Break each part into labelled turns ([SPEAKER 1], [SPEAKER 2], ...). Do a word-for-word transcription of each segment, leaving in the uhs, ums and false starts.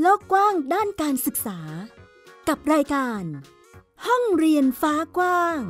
[SPEAKER 1] กกว้างด้านการศึกษากับรายการห้องเรียนฟ้ากว้าง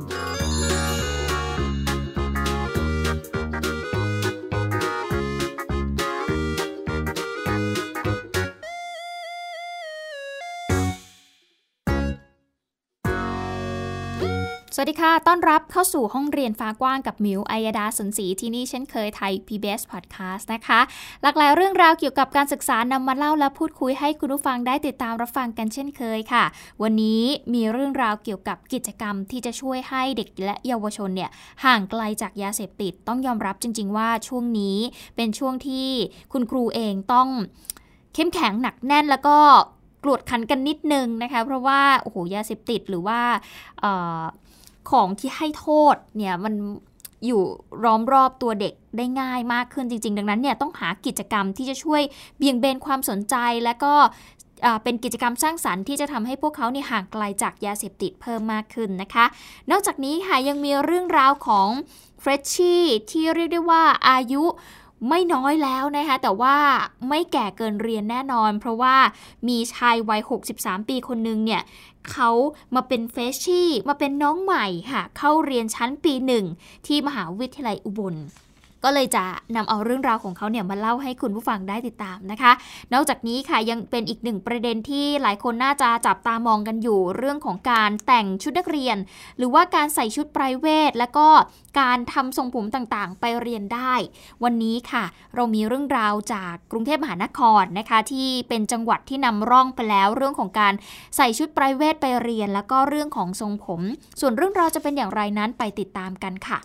[SPEAKER 2] สวัสดีค่ะต้อนรับเข้าสู่ห้องเรียนฟ้ากว้างกับมิวอัยดาสนศรีที่นี่เช่นเคยไทย พี บี เอส Podcast นะคะหลากหลายเรื่องราวเกี่ยวกับการศึกษานำมาเล่าและพูดคุยให้คุณผู้ฟังได้ติดตามรับฟังกันเช่นเคยค่ะวันนี้มีเรื่องราวเกี่ยวกับกิจกรรมที่จะช่วยให้เด็กและเยาวชนเนี่ยห่างไกลจากยาเสพติดต้องยอมรับจริงๆว่าช่วงนี้เป็นช่วงที่คุณครูเองต้องเข้มแข็งหนักแน่นแล้วก็กวดขันกันนิดนึงนะคะเพราะว่าโอ้โหยาเสพติดหรือว่าเอ่อของที่ให้โทษเนี่ยมันอยู่ล้อมรอบตัวเด็กได้ง่ายมากขึ้นจริงๆดังนั้นเนี่ยต้องหากิจกรรมที่จะช่วยเบี่ยงเบนความสนใจและก็เป็นกิจกรรมสร้างสรรค์ที่จะทำให้พวกเขาเนี่ยห่างไกลจากยาเสพติดเพิ่มมากขึ้นนะคะนอกจากนี้ค่ะยังมีเรื่องราวของเฟรชชี่ที่เรียกได้ว่าอายุไม่น้อยแล้วนะคะแต่ว่าไม่แก่เกินเรียนแน่นอนเพราะว่ามีชายวัยหกสิบสามปีคนนึงเนี่ยเขามาเป็นเฟรชชี่มาเป็นน้องใหม่ค่ะเข้าเรียนชั้นปีหนึ่งที่มหาวิทยาลัยอุบลก็เลยจะนำเอาเรื่องราวของเขาเนี่ยมาเล่าให้คุณผู้ฟังได้ติดตามนะคะนอกจากนี้ค่ะยังเป็นอีกหนึ่งประเด็นที่หลายคนน่าจะจับตามองกันอยู่เรื่องของการแต่งชุดนักเรียนหรือว่าการใส่ชุดไพรเวทและก็การทำทรงผมต่างๆไปเรียนได้วันนี้ค่ะเรามีเรื่องราวจากกรุงเทพมหานครนะคะที่เป็นจังหวัดที่นำร่องไปแล้วเรื่องของการใส่ชุดไพรเวทไปเรียนแล้วก็เรื่องของทรงผมส่วนเรื่องราวจะเป็นอย่างไรนั้นไปติดตามกันค่ะ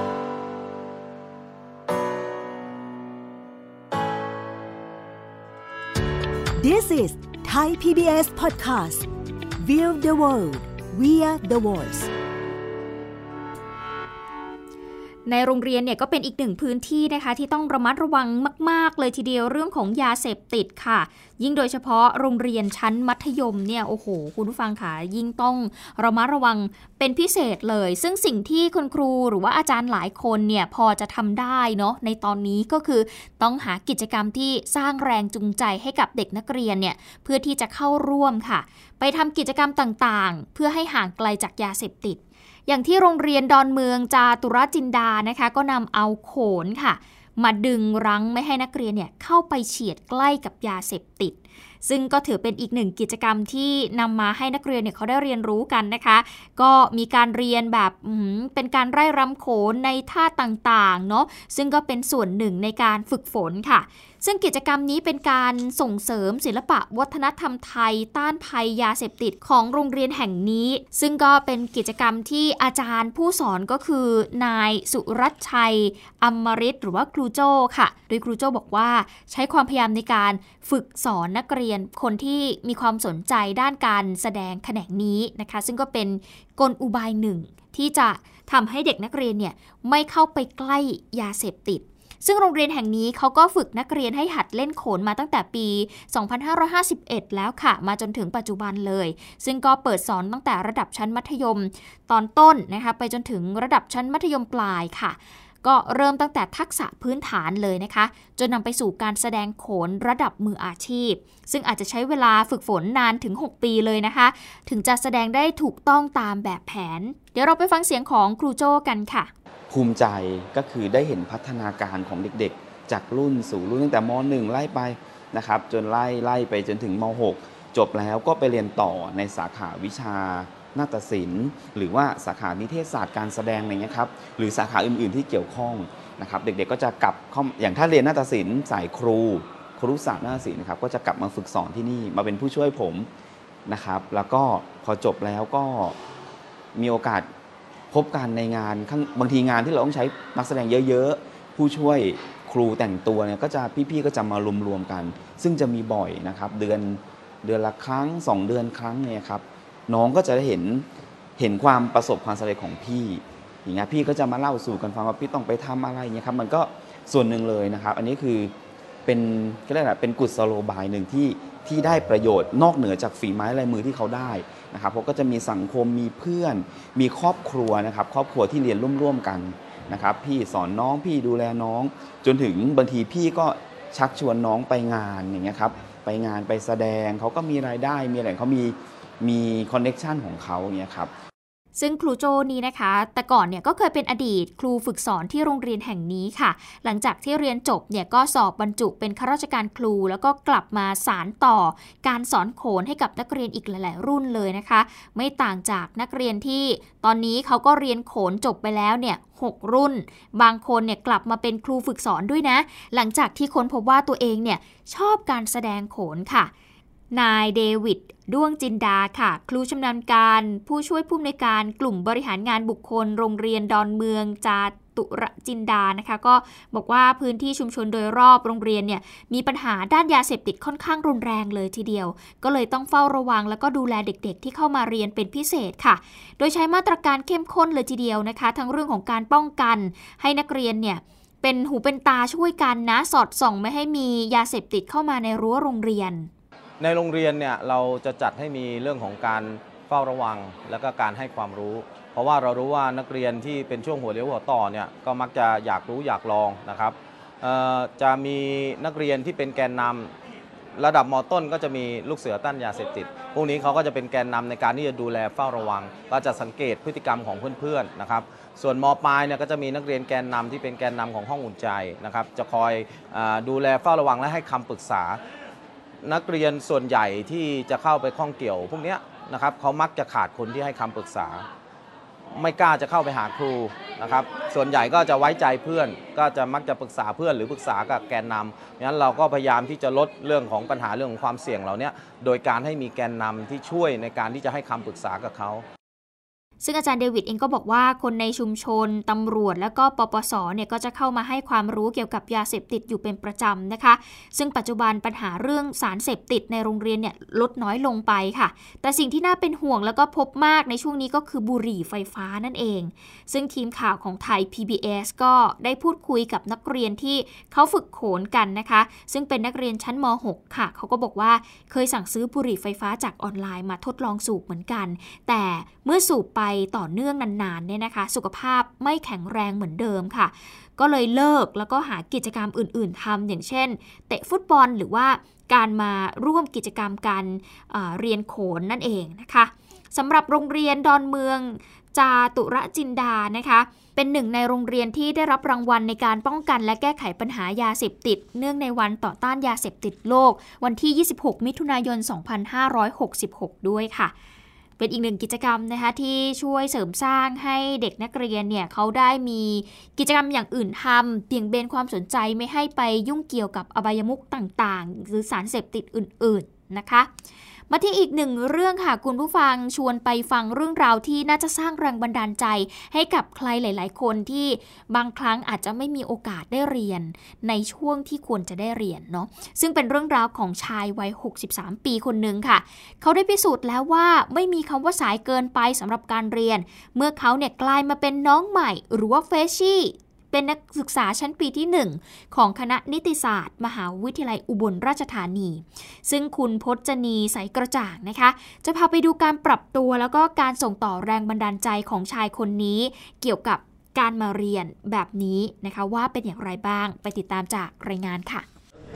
[SPEAKER 1] This is Thai พี บี เอส Podcast View the world via the voice
[SPEAKER 2] ในโรงเรียนเนี่ยก็เป็นอีกหนึ่งพื้นที่นะคะที่ต้องระมัดระวังมากๆเลยทีเดียวเรื่องของยาเสพติดค่ะยิ่งโดยเฉพาะโรงเรียนชั้นมัธยมเนี่ยโอ้โหคุณผู้ฟังค่ะยิ่งต้องระมัดระวังเป็นพิเศษเลยซึ่งสิ่งที่คุณครูหรือว่าอาจารย์หลายคนเนี่ยพอจะทำได้เนาะในตอนนี้ก็คือต้องหากิจกรรมที่สร้างแรงจูงใจให้กับเด็กนักเรียนเนี่ยเพื่อที่จะเข้าร่วมค่ะไปทำกิจกรรมต่างๆเพื่อให้ห่างไกลจากยาเสพติดอย่างที่โรงเรียนดอนเมืองจาตุรจินดานะคะก็นำเอาโขนค่ะมาดึงรั้งไม่ให้นักเรียนเนี่ยเข้าไปเฉียดใกล้กับยาเสพติดซึ่งก็ถือเป็นอีกหนึ่งกิจกรรมที่นำมาให้นักเรียนเนี่ยเขาได้เรียนรู้กันนะคะก็มีการเรียนแบบเป็นการไร่รำโขนในท่าต่างๆเนาะซึ่งก็เป็นส่วนหนึ่งในการฝึกฝนค่ะซึ่งกิจกรรมนี้เป็นการส่งเสริมศิลปะวัฒนธรรมไทยต้านภัยยาเสพติดของโรงเรียนแห่งนี้ซึ่งก็เป็นกิจกรรมที่อาจารย์ผู้สอนก็คือนายสุรัชชัยอมฤตหรือว่าครูโจ้ค่ะโดยครูโจ้บอกว่าใช้ความพยายามในการฝึกสอนนักเรียนคนที่มีความสนใจด้านการแสดงแขนงนี้นะคะซึ่งก็เป็นกลอุบายหนึ่งที่จะทำให้เด็กนักเรียนเนี่ยไม่เข้าไปใกล้ยาเสพติดซึ่งโรงเรียนแห่งนี้เขาก็ฝึกนักเรียนให้หัดเล่นโขนมาตั้งแต่ปี สองพันห้าร้อยห้าสิบเอ็ด แล้วค่ะมาจนถึงปัจจุบันเลยซึ่งก็เปิดสอนตั้งแต่ระดับชั้นมัธยมตอนต้นนะคะไปจนถึงระดับชั้นมัธยมปลายค่ะก็เริ่มตั้งแต่ทักษะพื้นฐานเลยนะคะจนนำไปสู่การแสดงโขนระดับมืออาชีพซึ่งอาจจะใช้เวลาฝึกฝนนานถึงหกปีเลยนะคะถึงจะแสดงได้ถูกต้องตามแบบแผนเดี๋ยวเราไปฟังเสียงของครูโจ้กันค่ะ
[SPEAKER 3] ภูมิใจก็คือได้เห็นพัฒนาการของเด็กๆจากรุ่นสู่รุ่นตั้งแต่ม.หนึ่ง ไล่ไปนะครับจนไล่ไล่ไปจนถึงม.หก จบแล้วก็ไปเรียนต่อในสาขาวิชานาฏศิลป์หรือว่าสาขานิเทศศาสตร์การแสดงอะไรเงี้ยครับหรือสาขาอื่นๆที่เกี่ยวข้องนะครับเด็กๆก็จะกลับเข้าอย่างถ้าเรียนนาฏศิลป์สายครูครุศาสตร์นาฏศิลป์นะครับก็จะกลับมาฝึกสอนที่นี่มาเป็นผู้ช่วยผมนะครับแล้วก็พอจบแล้วก็มีโอกาสพบกันในงานบางทีงานที่เราต้องใช้นักแสดงเยอะๆผู้ช่วยครูแต่งตัวเนี่ยก็จะพี่ๆก็จะมารวมๆกันซึ่งจะมีบ่อยนะครับเดือนเดือนละครั้งสองเดือนครั้งเนี่ยครับน้องก็จะได้เห็นเห็นความประสบความสำเร็จของพี่อย่างเงี้ยพี่ก็จะมาเล่าสู่กันฟังว่าพี่ต้องไปทำอะไรเงี้ยครับมันก็ส่วนหนึ่งเลยนะครับอันนี้คือเป็นก็ได้แหละเป็นกุศโลบายหนึ่งที่ที่ได้ประโยชน์นอกเหนือจากฝีไม้ลายมือที่เขาได้นะครับเพราะก็จะมีสังคมมีเพื่อนมีครอบครัวนะครับครอบครัวที่เรียนร่วมๆกันนะครับพี่สอนน้องพี่ดูแลน้องจนถึงบางทีพี่ก็ชักชวนน้องไปงานอย่างเงี้ยครับไปงานไปแสดงเขาก็มีรายได้มีอะไรเขามีมีคอนเน็กชันของเขาเนี่ยครับ
[SPEAKER 2] ซึ่งครูโจนี้นะคะแต่ก่อนเนี่ยก็เคยเป็นอดีตครูฝึกสอนที่โรงเรียนแห่งนี้ค่ะหลังจากที่เรียนจบเนี่ยก็สอบบรรจุเป็นข้าราชการครูแล้วก็กลับมาสานต่อการสอนโขนให้กับนักเรียนอีกหลายๆรุ่นเลยนะคะไม่ต่างจากนักเรียนที่ตอนนี้เขาก็เรียนโขนจบไปแล้วเนี่ยหกรุ่นบางคนเนี่ยกลับมาเป็นครูฝึกสอนด้วยนะหลังจากที่ค้นพบว่าตัวเองเนี่ยชอบการแสดงโขนค่ะนายเดวิดด้วงจินดาค่ะครูชำนาญการผู้ช่วยผู้อำนวยการกลุ่มบริหารงานบุคคลโรงเรียนดอนเมืองจาตุรจินดานะคะก็บอกว่าพื้นที่ชุมชนโดยรอบโรงเรียนเนี่ยมีปัญหาด้านยาเสพติดค่อนข้างรุนแรงเลยทีเดียวก็เลยต้องเฝ้าระวังแล้วก็ดูแลเด็กๆที่เข้ามาเรียนเป็นพิเศษค่ะโดยใช้มาตรการเข้มข้นเลยทีเดียวนะคะทั้งเรื่องของการป้องกันให้นักเรียนเนี่ยเป็นหูเป็นตาช่วยกันนะสอดส่องไม่ให้มียาเสพติดเข้ามาในรั้วโรงเรียน
[SPEAKER 4] ในโรงเรียนเนี่ยเราจะจัดให้มีเรื่องของการเฝ้าระวังและก็การให้ความรู้เพราะว่าเรารู้ว่านักเรียนที่เป็นช่วงหัวเลี้ยวหัวต่อเนี่ยก็มักจะอยากรู้อยากลองนะครับจะมีนักเรียนที่เป็นแกนนำระดับม.ต้นก็จะมีลูกเสือต้านยาเสพติดพวกนี้เขาก็จะเป็นแกนนำในการที่จะดูแลเฝ้าระวังก็จะสังเกตพฤติกรรมของเพื่อนๆนะครับส่วนม.ปลายเนี่ยก็จะมีนักเรียนแกนนำที่เป็นแกนนำของห้องอุ่นใจนะครับจะคอยดูแลเฝ้าระวังและให้คำปรึกษานักเรียนส่วนใหญ่ที่จะเข้าไปข้องเกี่ยวพวกนี้นะครับเขามักจะขาดคนที่ให้คำปรึกษาไม่กล้าจะเข้าไปหาครูนะครับส่วนใหญ่ก็จะไว้ใจเพื่อนก็จะมักจะปรึกษาเพื่อนหรือปรึกษากับแกนนำงั้นเราก็พยายามที่จะลดเรื่องของปัญหาเรื่องของความเสี่ยงเหล่านี้โดยการให้มีแกนนำที่ช่วยในการที่จะให้คำปรึกษากับเขา
[SPEAKER 2] ซึ่งอาจารย์เดวิดเองก็บอกว่าคนในชุมชนตำรวจและก็ปปสเนี่ยก็จะเข้ามาให้ความรู้เกี่ยวกับยาเสพติดอยู่เป็นประจำนะคะซึ่งปัจจุบันปัญหาเรื่องสารเสพติดในโรงเรียนเนี่ยลดน้อยลงไปค่ะแต่สิ่งที่น่าเป็นห่วงแล้วก็พบมากในช่วงนี้ก็คือบุหรี่ไฟฟ้านั่นเองซึ่งทีมข่าวของไทย พี บี เอส ก็ได้พูดคุยกับนักเรียนที่เขาฝึกโขนกันนะคะซึ่งเป็นนักเรียนชั้นม หก ค่ะเขาก็บอกว่าเคยสั่งซื้อบุหรี่ไฟฟ้าจากออนไลน์มาทดลองสูบเหมือนกันแต่เมื่อสูบไปต่อเนื่องนานๆเนี่ยนะคะสุขภาพไม่แข็งแรงเหมือนเดิมค่ะก็เลยเลิกแล้วก็หากิจกรรมอื่นๆทำอย่างเช่นเตะฟุตบอลหรือว่าการมาร่วมกิจกรรมการเอ่อเรียนโขนนั่นเองนะคะสำหรับโรงเรียนดอนเมืองจาตุรจินดานะคะเป็นหนึ่งในโรงเรียนที่ได้รับรางวัลในการป้องกันและแก้ไขปัญหายาเสพติดเนื่องในวันต่อต้านยาเสพติดโลกวันที่ยี่สิบหกมิถุนายนสองพันห้าร้อยหกสิบหกด้วยค่ะเป็นอีกหนึ่งกิจกรรมนะคะที่ช่วยเสริมสร้างให้เด็กนักเรียนเนี่ยเขาได้มีกิจกรรมอย่างอื่นทำเบี่ยงเบนความสนใจไม่ให้ไปยุ่งเกี่ยวกับอบายมุขต่างๆหรือสารเสพติดอื่นๆนะคะมาที่อีกหนึ่งเรื่องค่ะคุณผู้ฟังชวนไปฟังเรื่องราวที่น่าจะสร้างแรงบันดาลใจให้กับใครหลายๆคนที่บางครั้งอาจจะไม่มีโอกาสได้เรียนในช่วงที่ควรจะได้เรียนเนาะซึ่งเป็นเรื่องราวของชายวัยหกสิบสามปีคนหนึ่งค่ะเขาได้พิสูจน์แล้วว่าไม่มีคำว่าสายเกินไปสำหรับการเรียนเมื่อเขาเนี่ยกลายมาเป็นน้องใหม่หรือว่าเฟรชชี่เป็นนักศึกษาชั้นปีที่หนึ่งของคณะนิติศาสตร์มหาวิทยาลัยอุบลราชธานีซึ่งคุณพจนีใสกระจ่างนะคะจะพาไปดูการปรับตัวแล้วก็การส่งต่อแรงบันดาลใจของชายคนนี้เกี่ยวกับการมาเรียนแบบนี้นะคะว่าเป็นอย่างไรบ้างไปติดตามจากรายงานค่ะ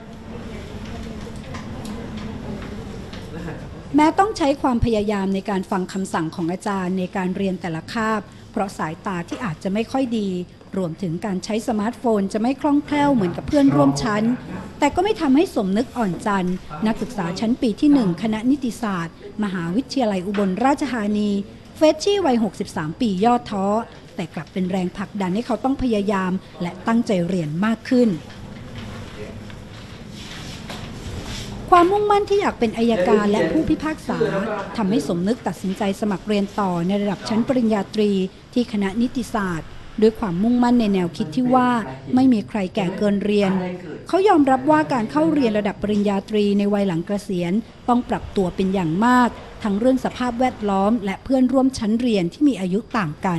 [SPEAKER 5] แม้ต้องใช้ความพยายามในการฟังคำสั่งของอาจารย์ในการเรียนแต่ละคาบเพราะสายตาที่อาจจะไม่ค่อยดีรวมถึงการใช้สมาร์ทโฟนจะไม่คล่องแคล่วเหมือนกับเพื่อนร่วมชั้นแต่ก็ไม่ทำให้สมนึกอ่อนจันทร์นักศึกษาชั้นปีที่หนึ่งคณะนิติศาสตร์มหาวิทยาลัยอุบลราชธานีเฟรชชี่วัยหกสิบสามปีย่อท้อแต่กลับเป็นแรงผลักดันให้เขาต้องพยายามและตั้งใจเรียนมากขึ้นความมุ่งมั่นที่อยากเป็นอัยการและผู้พิพากษาทำให้สมนึกตัดสินใจสมัครเรียนต่อในระดับชั้นปริญญาตรีที่คณะนิติศาสตร์ด้วยความมุ่งมั่นในแนวคิดที่ว่าไม่มีใครแก่เกินเรียนเขายอมรับว่าการเข้าเรียนระดับปริญญาตรีในวัยหลังเกษียณต้องปรับตัวเป็นอย่างมากทั้งเรื่องสภาพแวดล้อมและเพื่อนร่วมชั้นเรียนที่มีอายุต่างกัน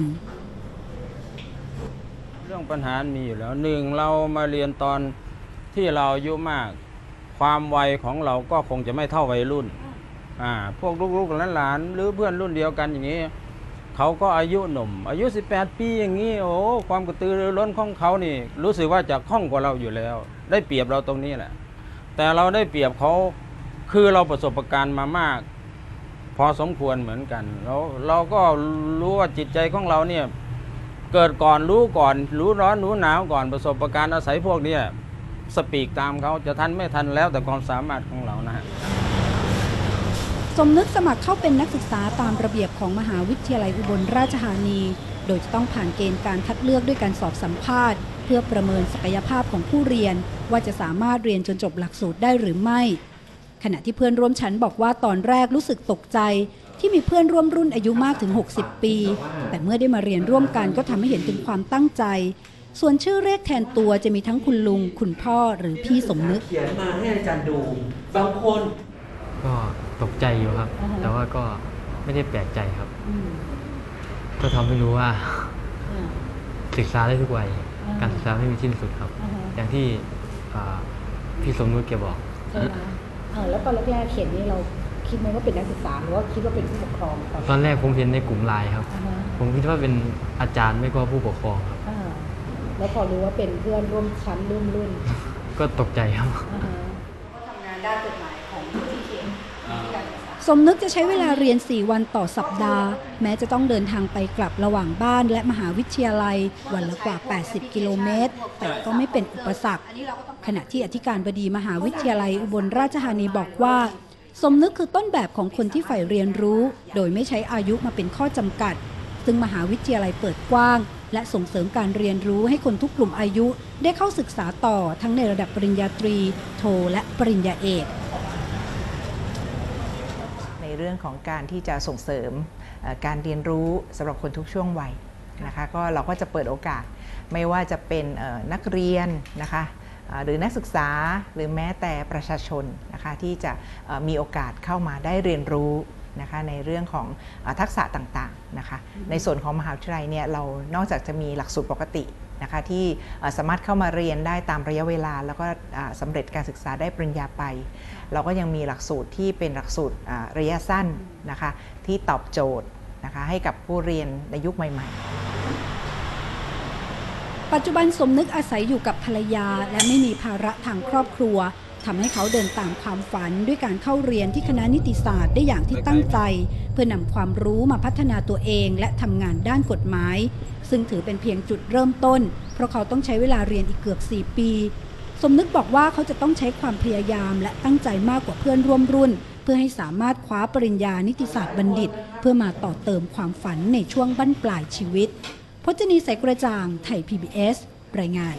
[SPEAKER 6] เรื่องปัญหามีอยู่แล้วหนึ่งเรามาเรียนตอนที่เราอายุมากความวัยของเราก็คงจะไม่เท่าวัยรุ่นอ่าพวกลูกๆหลานๆหรือเพื่อนรุ่นเดียวกันอย่างนี้เขาก็อายุหนุ่มอายุสิบแปดปีอย่างนี้โอ้ความกระตือรือร้นของเขานี่รู้สึกว่าจะคล่องกว่าเราอยู่แล้วได้เปรียบเราตรงนี้แหละแต่เราได้เปรียบเขาคือเราประสบการณ์มามากพอสมควรเหมือนกันแล้วเราก็รู้ว่าจิตใจของเราเนี่ยเกิดก่อนรู้ก่อนรู้ร้อนรู้หนาวก่อนประสบการณ์อาศัยพวกนี้สปีกตามเขาจะทันไม่ทันแล้วแต่ความสามารถของเรานะฮะ
[SPEAKER 5] สมนึกสมัครเข้าเป็นนักศึกษาตามระเบียบของมหาวิทยาลัยอุบลราชธานีโดยจะต้องผ่านเกณฑ์การคัดเลือกด้วยการสอบสัมภาษณ์เพื่อประเมินศักยภาพของผู้เรียนว่าจะสามารถเรียนจนจบหลักสูตรได้หรือไม่ขณะที่เพื่อนร่วมชั้นบอกว่าตอนแรกรู้สึกตกใจที่มีเพื่อนร่วมรุ่นอายุมากถึงหกสิบปีแต่เมื่อได้มาเรียนร่วมกันก็ทำให้เห็นถึงความตั้งใจส่วนชื่อเรียกแทนตัวจะมีทั้งคุณลุงคุณพ่อหรือพี่สมนึก
[SPEAKER 7] เขียนมาให้อาจารย์ดูบางคน
[SPEAKER 8] ก็ตกใจอยู่ครับ uh-huh. แต่ว่าก็ไม่ได้แปลกใจครับ uh-huh. ก็ทำให้รู้ว่า uh-huh. ศึกษาได้ทุกวัย uh-huh. การศึกษาไม่มีสิ้นสุดครับ uh-huh. อย่างที่พี่สมนึกแกบอก
[SPEAKER 9] ใช่ไหมเออแล้วตอนแรกเขียนนี่เราคิดไหมว่าเป็นนักศึกษาหรือว่าคิดว่าเป็นผู้ปกครอง
[SPEAKER 8] ตอนแรกผมเห็นในกลุ่มไลน์ครับ uh-huh. ผมคิดว่าเป็นอาจารย์ไม่ก็ผู้ปกครองครับ
[SPEAKER 9] uh-huh. แล้วพอรู้ว่าเป็นเพื่อนร่วมชั้นร่วมรุ่น
[SPEAKER 8] ก็ตกใจครับ
[SPEAKER 9] uh-huh. ทำงานด้านกฎหมายของผู้ที่เขียน
[SPEAKER 5] สมนึกจะใช้เวลาเรียนสี่วันต่อสัปดาห์แม้จะต้องเดินทางไปกลับระหว่างบ้านและมหาวิทยาลัยวันละกว่าแปดสิบกิโลเมตรแต่ก็ไม่เป็นอุปสรรคขณะที่อธิการบดีมหาวิทยาลัยอุบลราชธานีบอกว่าสมนึกคือต้นแบบของคนที่ใฝ่เรียนรู้โดยไม่ใช้อายุมาเป็นข้อจำกัดซึ่งมหาวิทยาลัยเปิดกว้างและส่งเสริมการเรียนรู้ให้คนทุกกลุ่มอายุได้เข้าศึกษาต่อทั้งในระดับปริญญาตรีโทและปริญญาเอก
[SPEAKER 10] ในเรื่องของการที่จะส่งเสริมการเรียนรู้สำหรับคนทุกช่วงวัยนะคะก็เราก็จะเปิดโอกาสไม่ว่าจะเป็นนักเรียนนะคะหรือนักศึกษาหรือแม้แต่ประชาชนนะคะที่จะมีโอกาสเข้ามาได้เรียนรู้นะคะในเรื่องของทักษะต่างๆนะคะในส่วนของมหาวิทยาลัยเนี่ยเรานอกจากจะมีหลักสูตรปกตินะคะที่สามารถเข้ามาเรียนได้ตามระยะเวลาแล้วก็สำเร็จการศึกษาได้ปริญญาไปเราก็ยังมีหลักสูตรที่เป็นหลักสูตรระยะสั้นนะคะที่ตอบโจทย์นะคะให้กับผู้เรียนในยุคใหม่
[SPEAKER 5] ๆปัจจุบันสมนึกอาศัยอยู่กับภรรยาและไม่มีภาระทางครอบครัวทำให้เขาเดินตามความฝันด้วยการเข้าเรียนที่คณะนิติศาสตร์ได้อย่างที่ตั้งใจเพื่อนำความรู้มาพัฒนาตัวเองและทำงานด้านกฎหมายซึ่งถือเป็นเพียงจุดเริ่มต้นเพราะเขาต้องใช้เวลาเรียนอีกเกือบสี่ปีสมนึกบอกว่าเขาจะต้องใช้ความพยายามและตั้งใจมากกว่าเพื่อนร่วมรุ่นเพื่อให้สามารถคว้าปริญญานิติศาสตร์บัณฑิตเพื่อมาต่อเติมความฝันในช่วงบั้นปลายชีวิตพจนี สายกระจ่างไทย พี บี เอส รายงาน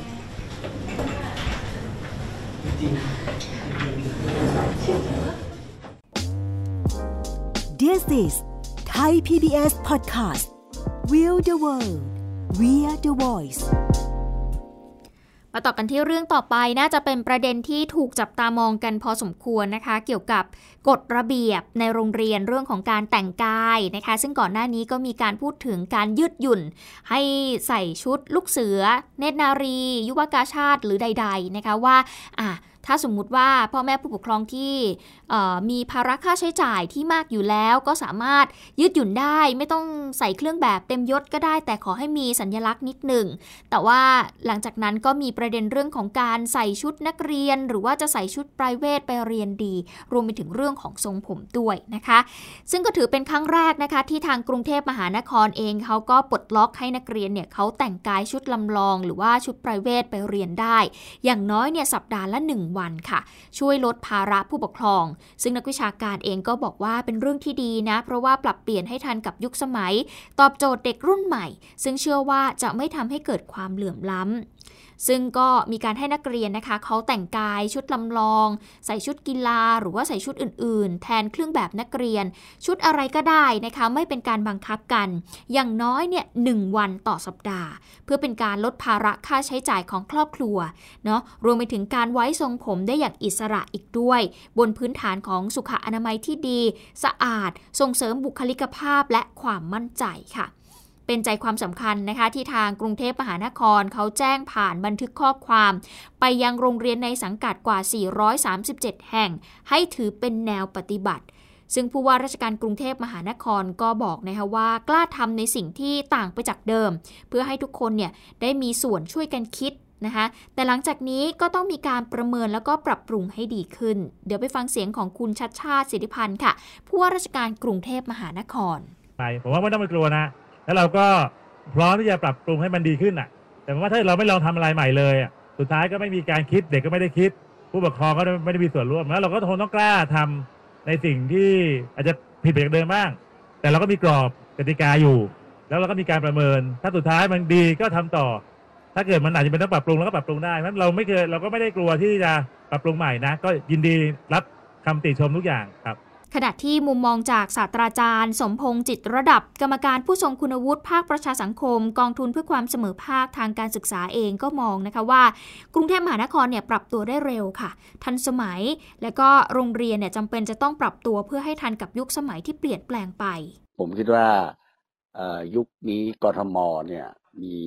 [SPEAKER 1] This is Thai พี บี เอส Podcast View the World We are the Voice
[SPEAKER 2] มาต่อกันที่เรื่องต่อไปน่าจะเป็นประเด็นที่ถูกจับตามองกันพอสมควรนะคะเกี่ยวกับกฎระเบียบในโรงเรียนเรื่องของการแต่งกายนะคะซึ่งก่อนหน้านี้ก็มีการพูดถึงการยืดหยุ่นให้ใส่ชุดลูกเสือเนตรนารียุวกาชาติหรือใดๆนะคะว่าอ่ะถ้าสมมุติว่าพ่อแม่ผู้ปกครองที่มีภาระค่าใช้จ่ายที่มากอยู่แล้วก็สามารถยืดหยุ่นได้ไม่ต้องใส่เครื่องแบบเต็มยศก็ได้แต่ขอให้มีสัญลักษณ์นิดหนึ่งแต่ว่าหลังจากนั้นก็มีประเด็นเรื่องของการใส่ชุดนักเรียนหรือว่าจะใส่ชุดไพรเวทไปเรียนดีรวมไปถึงเรื่องของทรงผมด้วยนะคะซึ่งก็ถือเป็นครั้งแรกนะคะที่ทางกรุงเทพมหานครเองเขาก็ปลดล็อกให้นักเรียนเนี่ยเขาแต่งกายชุดลำลองหรือว่าชุดไพรเวทไปเรียนได้อย่างน้อยเนี่ยสัปดาห์ละหนึ่งวันค่ะช่วยลดภาระผู้ปกครองซึ่งนักวิชาการเองก็บอกว่าเป็นเรื่องที่ดีนะเพราะว่าปรับเปลี่ยนให้ทันกับยุคสมัยตอบโจทย์เด็กรุ่นใหม่ซึ่งเชื่อว่าจะไม่ทำให้เกิดความเหลื่อมล้ำซึ่งก็มีการให้นักเรียนนะคะเขาแต่งกายชุดลำลองใส่ชุดกีฬาหรือว่าใส่ชุดอื่นๆแทนเครื่องแบบนักเรียนชุดอะไรก็ได้นะคะไม่เป็นการบังคับกันอย่างน้อยเนี่ยหนึ่งวันต่อสัปดาห์เพื่อเป็นการลดภาระค่าใช้จ่ายของครอบครัวเนาะรวมไปถึงการไว้ทรงผมได้อย่างอิสระอีกด้วยบนพื้นฐานของสุขอนามัยที่ดีสะอาดส่งเสริมบุคลิกภาพและความมั่นใจค่ะเป็นใจความสำคัญนะคะที่ทางกรุงเทพมหานครเขาแจ้งผ่านบันทึกข้อความไปยังโรงเรียนในสังกัดกว่าสี่ร้อยสามสิบเจ็ดแห่งให้ถือเป็นแนวปฏิบัติซึ่งผู้ว่าราชการกรุงเทพมหานครก็บอกนะคะว่ากล้าทำในสิ่งที่ต่างไปจากเดิมเพื่อให้ทุกคนเนี่ยได้มีส่วนช่วยกันคิดนะคะแต่หลังจากนี้ก็ต้องมีการประเมินแล้วก็ปรับปรุงให้ดีขึ้นเดี๋ยวไปฟังเสียงของคุณชัชชาติสิทธิพันธ์ค่ะผู้ว่าราชการกรุงเทพมหานคร
[SPEAKER 11] ไปผมว่าไม่ต้องไปกลัวนะแล้วเราก็พร้อมที่จะปรับปรุงให้มันดีขึ้นอ่ะแต่ว่าถ้าเราไม่ลองทำอะไรใหม่เลยอ่ะสุดท้ายก็ไม่มีการคิดเด็กก็ไม่ได้คิดผู้ปกครองก็ไม่ได้มีส่วนร่วมแล้วเราก็คงต้องกล้าทำในสิ่งที่อาจจะผิดไปจากเดิมบ้างแต่เราก็มีกรอบกติกาอยู่แล้วเราก็มีการประเมินถ้าสุดท้ายมันดีก็ทำต่อถ้าเกิดมันอาจจะเป็นต้องปรับปรุงแล้วก็ปรับปรุงได้เพราะเราไม่เคยเราก็ไม่ได้กลัวที่จะปรับปรุงใหม่นะก็ยินดีรับคำติชมทุกอย่างครับ
[SPEAKER 2] ขณะที่มุมมองจากศาสตราจารย์สมพงษ์จิตระดับกรรมการผู้ทรงคุณวุฒิภาคประชาสังคมกองทุนเพื่อความเสมอภาคทางการศึกษาเองก็มองนะคะว่ากรุงเทพมหานครเนี่ยปรับตัวได้เร็วค่ะทันสมัยและก็โรงเรียนเนี่ยจำเป็นจะต้องปรับตัวเพื่อให้ทันกับยุคสมัยที่เปลี่ยนแปลงไป
[SPEAKER 12] ผมคิดว่ายุคนี้กทมเนี่ยมี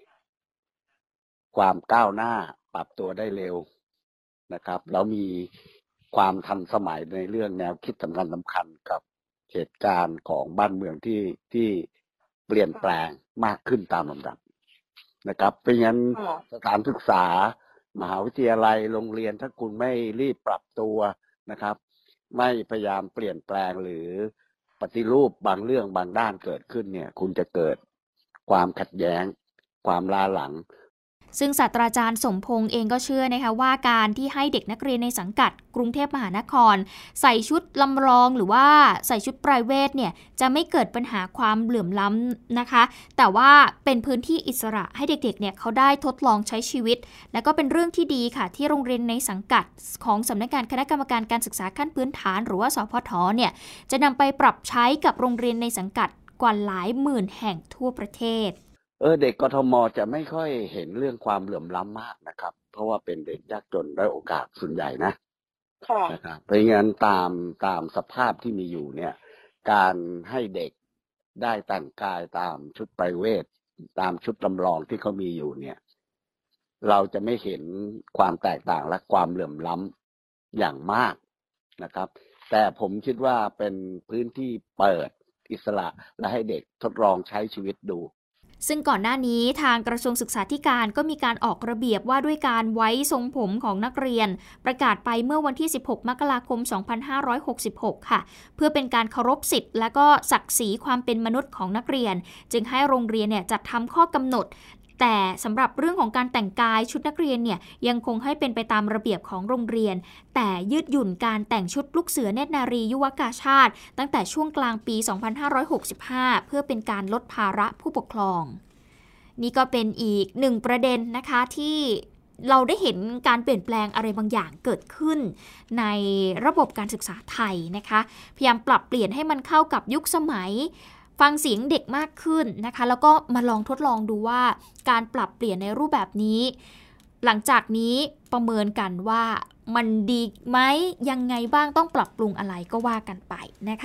[SPEAKER 12] ความก้าวหน้าปรับตัวได้เร็วนะครับแล้วมีความทันสมัยในเรื่องแนวคิดสำคัญสำคัญกับเหตุการณ์ของบ้านเมืองที่ที่เปลี่ยนแปลงมากขึ้นตามลำดับนะครับเพราะงั้นสถานศึกษามหาวิทยาลัยโรงเรียนถ้าคุณไม่รีบปรับตัวนะครับไม่พยายามเปลี่ยนแปลงหรือปฏิรูปบางเรื่องบางด้านเกิดขึ้นเนี่ยคุณจะเกิดความขัดแย้งความล้าหลัง
[SPEAKER 2] ซึ่งศาสตราจารย์สมพงษ์เองก็เชื่อนะคะว่าการที่ให้เด็กนักเรียนในสังกัดกรุงเทพมหานครใส่ชุดลำลองหรือว่าใส่ชุดไพรเวทเนี่ยจะไม่เกิดปัญหาความเหลื่อมล้ำนะคะแต่ว่าเป็นพื้นที่อิสระให้เด็กๆเนี่ยเขาได้ทดลองใช้ชีวิตและก็เป็นเรื่องที่ดีค่ะที่โรงเรียนในสังกัดของสำนักงานคณะกรรมการการศึกษาขั้นพื้นฐานหรือว่าสพทเนี่ยจะนำไปปรับใช้กับโรงเรียนในสังกัดกว่าหลายหมื่นแห่งทั่วประเทศ
[SPEAKER 12] เออเด็กกทมจะไม่ค่อยเห็นเรื่องความเหลื่อมล้ำมากนะครับเพราะว่าเป็นเด็กยากจนได้โอกาสส่วนใหญ่นะนะครับเพราะงั้นตามตามสภาพที่มีอยู่เนี่ยการให้เด็กได้แต่งกายตามชุดไพรเวทตามชุดลำลองที่เขามีอยู่เนี่ยเราจะไม่เห็นความแตกต่างและความเหลื่อมล้ำอย่างมากนะครับแต่ผมคิดว่าเป็นพื้นที่เปิดอิสระและให้เด็กทดลองใช้ชีวิตดู
[SPEAKER 2] ซึ่งก่อนหน้านี้ทางกระทรวงศึกษาธิการก็มีการออกระเบียบว่าด้วยการไว้ทรงผมของนักเรียนประกาศไปเมื่อวันที่สิบหกมกราคมสองพันห้าร้อยหกสิบหกค่ะเพื่อเป็นการเคารพสิทธิ์และก็ศักดิ์ศรีความเป็นมนุษย์ของนักเรียนจึงให้โรงเรียนเนี่ยจัดทำข้อกำหนดแต่สำหรับเรื่องของการแต่งกายชุดนักเรียนเนี่ยยังคงให้เป็นไปตามระเบียบของโรงเรียนแต่ยืดหยุ่นการแต่งชุดลูกเสือเนตรนารียุวกาชาติตั้งแต่ช่วงกลางปีสองพันห้าร้อยหกสิบห้าเพื่อเป็นการลดภาระผู้ปกครองนี่ก็เป็นอีกหนึ่งประเด็นนะคะที่เราได้เห็นการเปลี่ยนแปลงอะไรบางอย่างเกิดขึ้นในระบบการศึกษาไทยนะคะพยายามปรับเปลี่ยนให้มันเข้ากับยุคสมัยฟังเสียงเด็กมากขึ้นนะคะแล้วก็มาลองทดลองดูว่าการปรับเปลี่ยนในรูปแบบนี้หลังจากนี้ประเมินกันว่ามันดีไหมยังไงบ้างต้องปรับปรุงอะไรก็ว่ากันไปนะคะ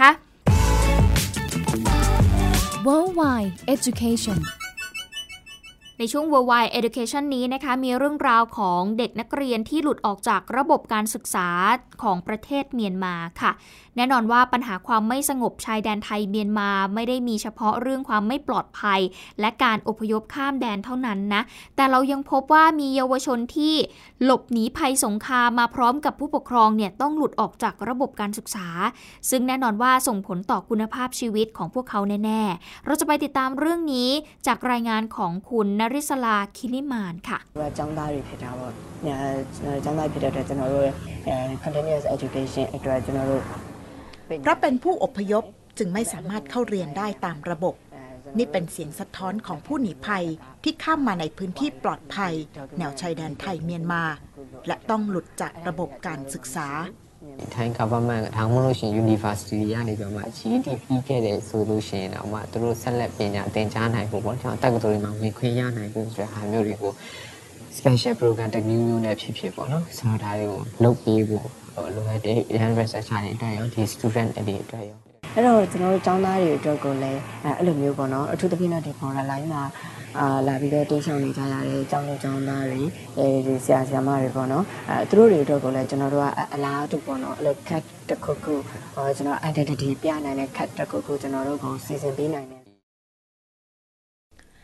[SPEAKER 1] Worldwide Education
[SPEAKER 2] ในช่วง Worldwide Education นี้นะคะมีเรื่องราวของเด็กนักเรียนที่หลุดออกจากระบบการศึกษาของประเทศเมียนมาค่ะแน่นอนว่าปัญหาความไม่สงบชายแดนไทยเมียนมาไม่ได้มีเฉพาะเรื่องความไม่ปลอดภัยและการอพยพข้ามแดนเท่านั้นนะแต่เรายังพบว่ามีเยาวชนที่หลบหนีภัยสงครามมาพร้อมกับผู้ปกครองเนี่ยต้องหลุดออกจากระบบการศึกษาซึ่งแน่นอนว่าส่งผลต่อคุณภาพชีวิตของพวกเขาแน่ๆเราจะไปติดตามเรื่องนี้จากรายงานของคุณนริศลาคิลิมานค่ะ
[SPEAKER 13] ကျောင်းသားတွေဖြစ်တာပေါ့ကျောင်းသားဖြစ်တဲ့အတွက်ကျွန်တော်တို့ continuous education အတွက်ကျွန်တော်တို့
[SPEAKER 14] เพราะเป็นผู้อพยพจึงไม่สามารถเข้าเรียนได้ตามระบบนี่เป็นเสียงสะท้อนของผู้หนีภัยที่ข้ามมาในพื้นที่ปลอดภัยแนวชายแดนไทยเมียนมาและต้องหลุดจากระบบการศึกษา
[SPEAKER 13] ထိုင်း government ကထောင်မလို့ရှိရင် university တွေကနေပြီးမှ ဂျီ ဒီ ပီ ခဲ့တယ်ဆိုလို့ရှိရင်တော့မှသူတို့ဆက်လက်ပညာသင်ကြားနိုင်ဖို့ပေါ့ကျွန်တော်တက္ကသိုလ်တွေမှာဝင်ခွင့်ရနိုင်ဖို့ဆိုတဲ့ဟာမျိုးတွေကို special program တစ်မျိုးမျိုးနဲ့ဖြစ်ဖြစ်ပေါ့နော်ဆိုတော့ဒါတွေကိုလုပ်ပေးဖို့လိုအပ်တဲ့ young researcher တွေအတွက်ရောဒီ student တွေအတွက်ရောအဲ့တော့ကျွန်တော်တို့ကျောင်းသားတွေအတွက်ကိုလည်းအဲ့လိုမျိုးပေါ့နော်အထူးသဖြင့်တော့ဒီ border line မှာအာလာပြီးတော့တင်းဆောင်နေကြရတဲ့ကျောင်းသူကျောင်းသားတွေအဲဒီဆရာဆရာမတွေပေါ့နော်အဲသူတို့တွေအတွက်ကိုလည်းကျွန်တော်တို့ကအလားတူပေါ့နော်အဲ့လို cat တစ်ခုခုဟောကျွန်တော် identity ပြနိုင်တဲ့ cat တစ်ခုခုကျွန်တော်တို့ကိုစီစဉ်ပေးနိုင်တယ်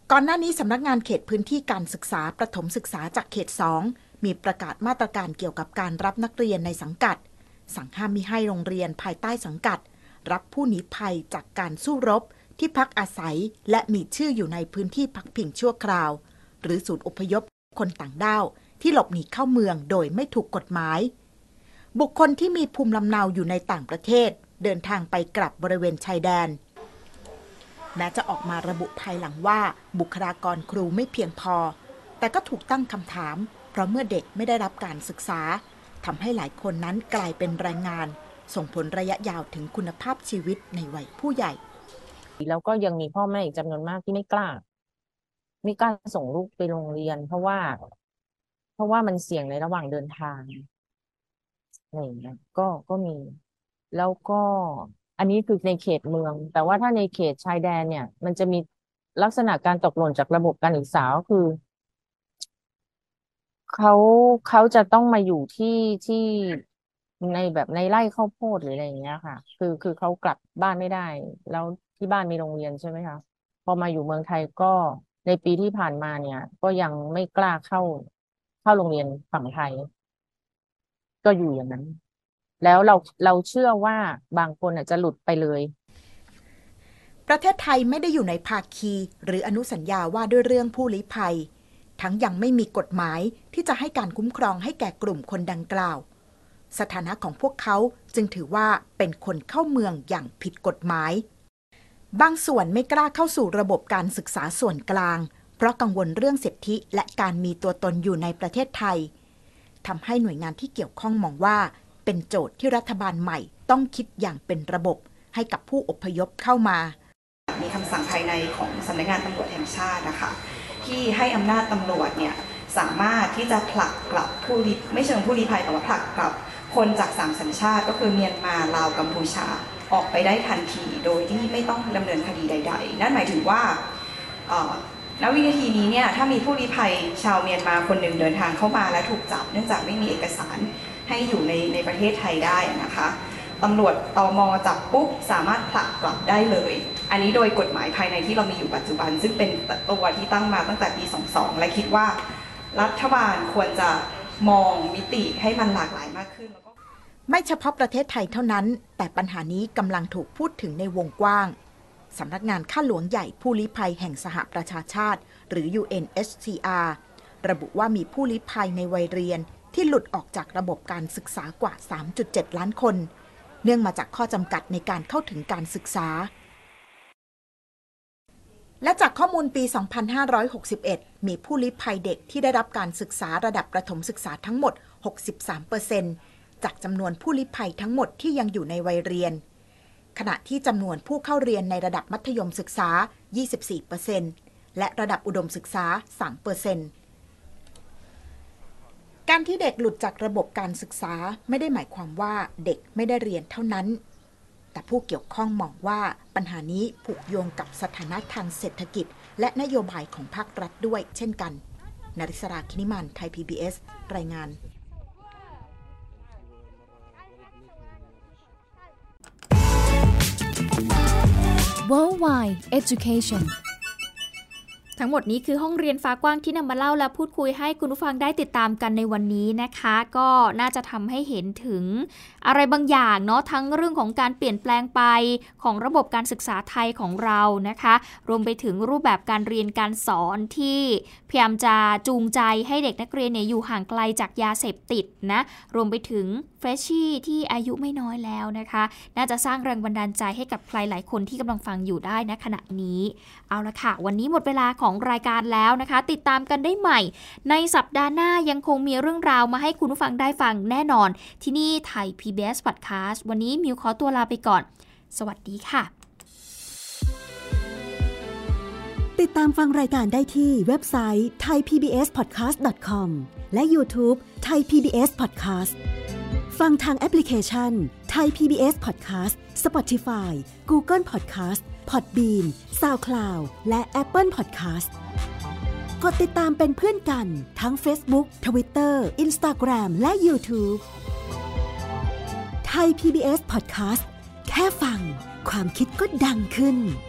[SPEAKER 14] ก่อนหน้านี้สำนักงานเขตพื้นที่การศึกษาประถมศึกษาจากเขตสองมีประกาศมาตรการเกี่ยวกับการรับนักเรียนในสังกัดสั่งห้ามมิให้โรงเรียนภายใต้สังกัดรับผู้หนีภัยจากการสู้รบที่พักอาศัยและมีชื่ออยู่ในพื้นที่พักพิงชั่วคราวหรือศูนย์อพยพคนต่างด้าวที่หลบหนีเข้าเมืองโดยไม่ถูกกฎหมายบุคคลที่มีภูมิลำเนาอยู่ในต่างประเทศเดินทางไปกลับบริเวณชายแดนแม้จะออกมาระบุภายหลังว่าบุคลากรครูไม่เพียงพอแต่ก็ถูกตั้งคำถามเพราะเมื่อเด็กไม่ได้รับการศึกษาทำให้หลายคนนั้นกลายเป็นแรงงานส่งผลระยะยาวถึงคุณภาพชีวิตในวัยผู้ใหญ่
[SPEAKER 15] แล้วก็ยังมีพ่อแม่อีกจำนวนมากที่ไม่กล้าไม่กล้าส่งลูกไปโรงเรียนเพราะว่าเพราะว่ามันเสี่ยงในระหว่างเดินทางอะไรอย่างเงี้ยก็ก็มีแล้วก็อันนี้คือในเขตเมืองแต่ว่าถ้าในเขตชายแดนเนี่ยมันจะมีลักษณะการตกหล่นจากระบบการศึกษาก็คือเขาเขาจะต้องมาอยู่ที่ที่ในแบบในไร่ข้าวโพดหรืออะไรอย่างเงี้ยค่ะคือคือเขากลับบ้านไม่ได้แล้วที่บ้านมีโรงเรียนใช่ไหมคะพอมาอยู่เมืองไทยก็ในปีที่ผ่านมาเนี่ยก็ยังไม่กล้าเข้าเข้าโรงเรียนฝั่งไทยก็อยู่อย่างนั้นแล้วเราเราเชื่อว่าบางคนอาจจะหลุดไปเลย
[SPEAKER 14] ประเทศไทยไม่ได้อยู่ในภาคีหรืออนุสัญญาว่าด้วยเรื่องผู้ลี้ภัยทั้งยังไม่มีกฎหมายที่จะให้การคุ้มครองให้แก่กลุ่มคนดังกล่าวสถานะของพวกเขาจึงถือว่าเป็นคนเข้าเมืองอย่างผิดกฎหมายบางส่วนไม่กล้าเข้าสู่ระบบการศึกษาส่วนกลางเพราะกังวลเรื่องสิทธิและการมีตัวตนอยู่ในประเทศไทยทำให้หน่วยงานที่เกี่ยวข้องมองว่าเป็นโจทย์ที่รัฐบาลใหม่ต้องคิดอย่างเป็นระบบให้กับผู้อพยพเข้ามา
[SPEAKER 16] มีคำสั่งภายในของสำนักงานตำรวจแห่งชาตินะคะที่ให้อำนาจตำรวจเนี่ยสามารถที่จะผลักกลับผู้ลี้ไม่เชิงผู้ลี้ภัยแต่ว่าผลักกลับคนจากสามสัญชาติก็คือเมียนมาลาวกัมพูชาออกไปได้ทันทีโดยที่ไม่ต้องดำเนินคดีใดๆนั่นหมายถึงว่าณวินาทีนี้เนี่ยถ้ามีผู้ลี้ภัยชาวเมียนมาคนหนึ่งเดินทางเข้ามาและถูกจับเนื่องจากไม่มีเอกสารให้อยู่ในในประเทศไทยได้นะคะตำรวจตม.จับปุ๊บสามารถผลักกลับได้เลยอันนี้โดยกฎหมายภายในที่เรามีอยู่ปัจจุบันซึ่งเป็นตัวที่ตั้งมาตั้งแต่ปีสองพันสองและคิดว่ารัฐบาลควรจะมองมิติให้มันหลากหลายมากขึ้น
[SPEAKER 14] ไม่เฉพาะประเทศไทยเท่านั้นแต่ปัญหานี้กำลังถูกพูดถึงในวงกว้างสำนักงานข้าหลวงใหญ่ผู้ลี้ภัยแห่งสหประชาชาติหรือ ยู เอ็น เอช ซี อาร์ ระบุว่ามีผู้ลี้ภัยในวัยเรียนที่หลุดออกจากระบบการศึกษากว่า สามจุดเจ็ด ล้านคนเนื่องมาจากข้อจำกัดในการเข้าถึงการศึกษาและจากข้อมูลปี สองพันห้าร้อยหกสิบเอ็ด มีผู้ลี้ภัยเด็กที่ได้รับการศึกษาระดับประถมศึกษาทั้งหมด หกสิบสามเปอร์เซ็นต์ จากจำนวนผู้ลี้ภัยทั้งหมดที่ยังอยู่ในวัยเรียนขณะที่จำนวนผู้เข้าเรียนในระดับมัธยมศึกษา ยี่สิบสี่เปอร์เซ็นต์ และระดับอุดมศึกษา สามเปอร์เซ็นต์ การที่เด็กหลุดจากระบบการศึกษาไม่ได้หมายความว่าเด็กไม่ได้เรียนเท่านั้นแต่ผู้เกี่ยวข้องมองว่าปัญหานี้ผูกโยงกับสถานะทางเศรษฐกิจและนโยบายของภาครัฐด้วยเช่นกันนริศรา คินิมัน ไทย พี บี เอส รายงาน
[SPEAKER 2] Worldwide Education ทั้งหมดนี้คือห้องเรียนฟ้ากว้างที่นำมาเล่าและพูดคุยให้คุณผู้ฟังได้ติดตามกันในวันนี้นะคะก็น่าจะทำให้เห็นถึงอะไรบางอย่างเนาะทั้งเรื่องของการเปลี่ยนแปลงไปของระบบการศึกษาไทยของเรานะคะรวมไปถึงรูปแบบการเรียนการสอนที่พยายามจะจูงใจให้เด็กนักเรียนเนี่ยอยู่ห่างไกลจากยาเสพติดนะรวมไปถึงเฟรชชี่ที่อายุไม่น้อยแล้วนะคะน่าจะสร้างแรงบันดาลใจให้กับใครหลายคนที่กำลังฟังอยู่ได้ณขณะนี้เอาละค่ะวันนี้หมดเวลาของรายการแล้วนะคะติดตามกันได้ใหม่ในสัปดาห์หน้ายังคงมีเรื่องราวมาให้คุณผู้ฟังได้ฟังแน่นอนที่นี่ไทย พี บี เอส Podcast วันนี้มิวขอตัวลาไปก่อนสวัสดีค่ะ
[SPEAKER 1] ติดตามฟังรายการได้ที่เว็บไซต์ ไทยพีบีเอสพอดแคสต์ ดอท คอม และ YouTube Thai พี บี เอส Podcast ฟังทางแอปพลิเคชัน Thai พี บี เอส Podcast Spotify Google Podcast Podbean SoundCloud และ Apple Podcast กดติดตามเป็นเพื่อนกันทั้ง Facebook Twitter Instagram และ YouTube Thai พี บี เอส Podcast แค่ฟังความคิดก็ดังขึ้น